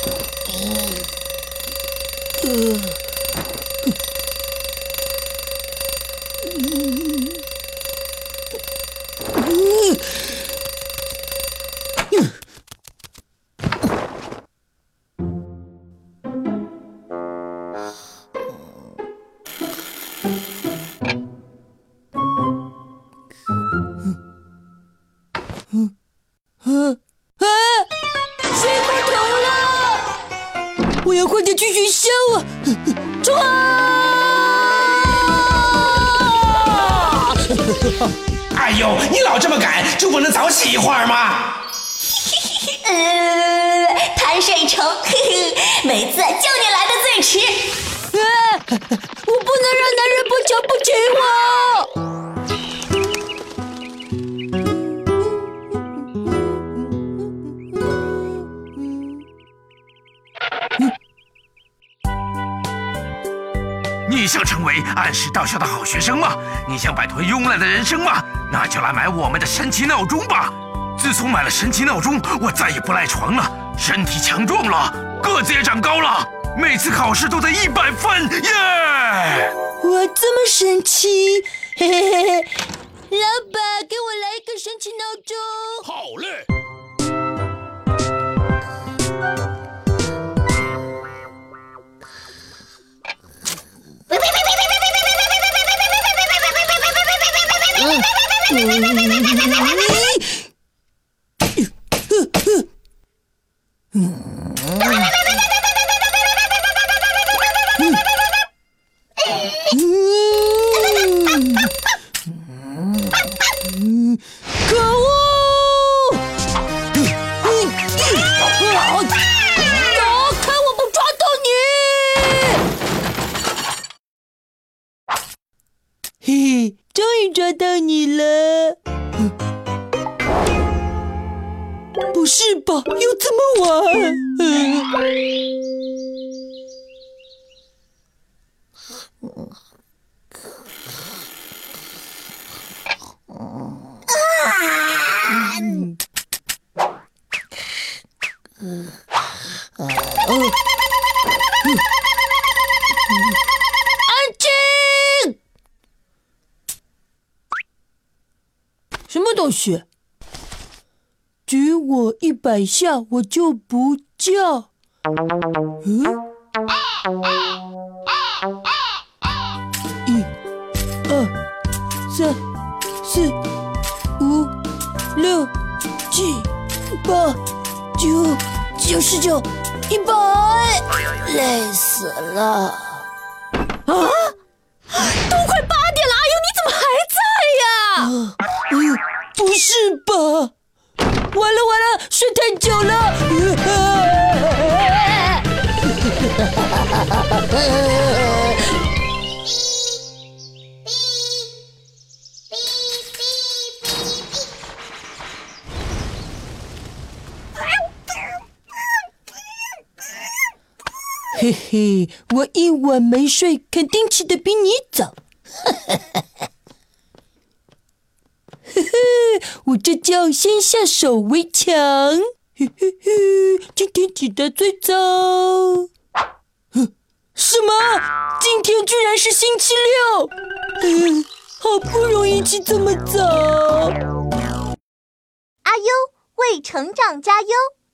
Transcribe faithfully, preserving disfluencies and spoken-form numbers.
我要快点去学校啊！冲啊！ 哎呦，你老这么赶，就不能早起一会儿吗？ 呃，贪睡虫，呵呵，每次就你来的最迟。 啊！我不能让男人不瞧不起我。 你想成为按时到校的好学生吗？你想摆脱慵懒的人生吗？那就来买我们的神奇闹钟吧！自从买了神奇闹钟，我再也不赖床了，身体强壮了，个子也长高了，每次考试都得一百分，耶！ 哇，这么神奇！嘿嘿嘿嘿，老板，给我来一个神奇闹钟。 好嘞。 可恶！看我不抓到你！嘿嘿，终于抓到你了！不是吧？又怎么玩？安静！什么东西？举我一百下，我就不叫。嗯？一、二、三、四、五、六、七、八、九、九十九、一百，累死了！啊！都快八点了，阿尤，你怎么还在呀？啊嗯，不是吧？完了完了，睡太久了！嘿嘿，我一晚没睡，肯定起得比你早。呵呵，我这叫先下手为强。嘿嘿嘿，今天起得最早。什么？今天居然是星期六？嗯，好不容易起这么早。 阿优为成长加油。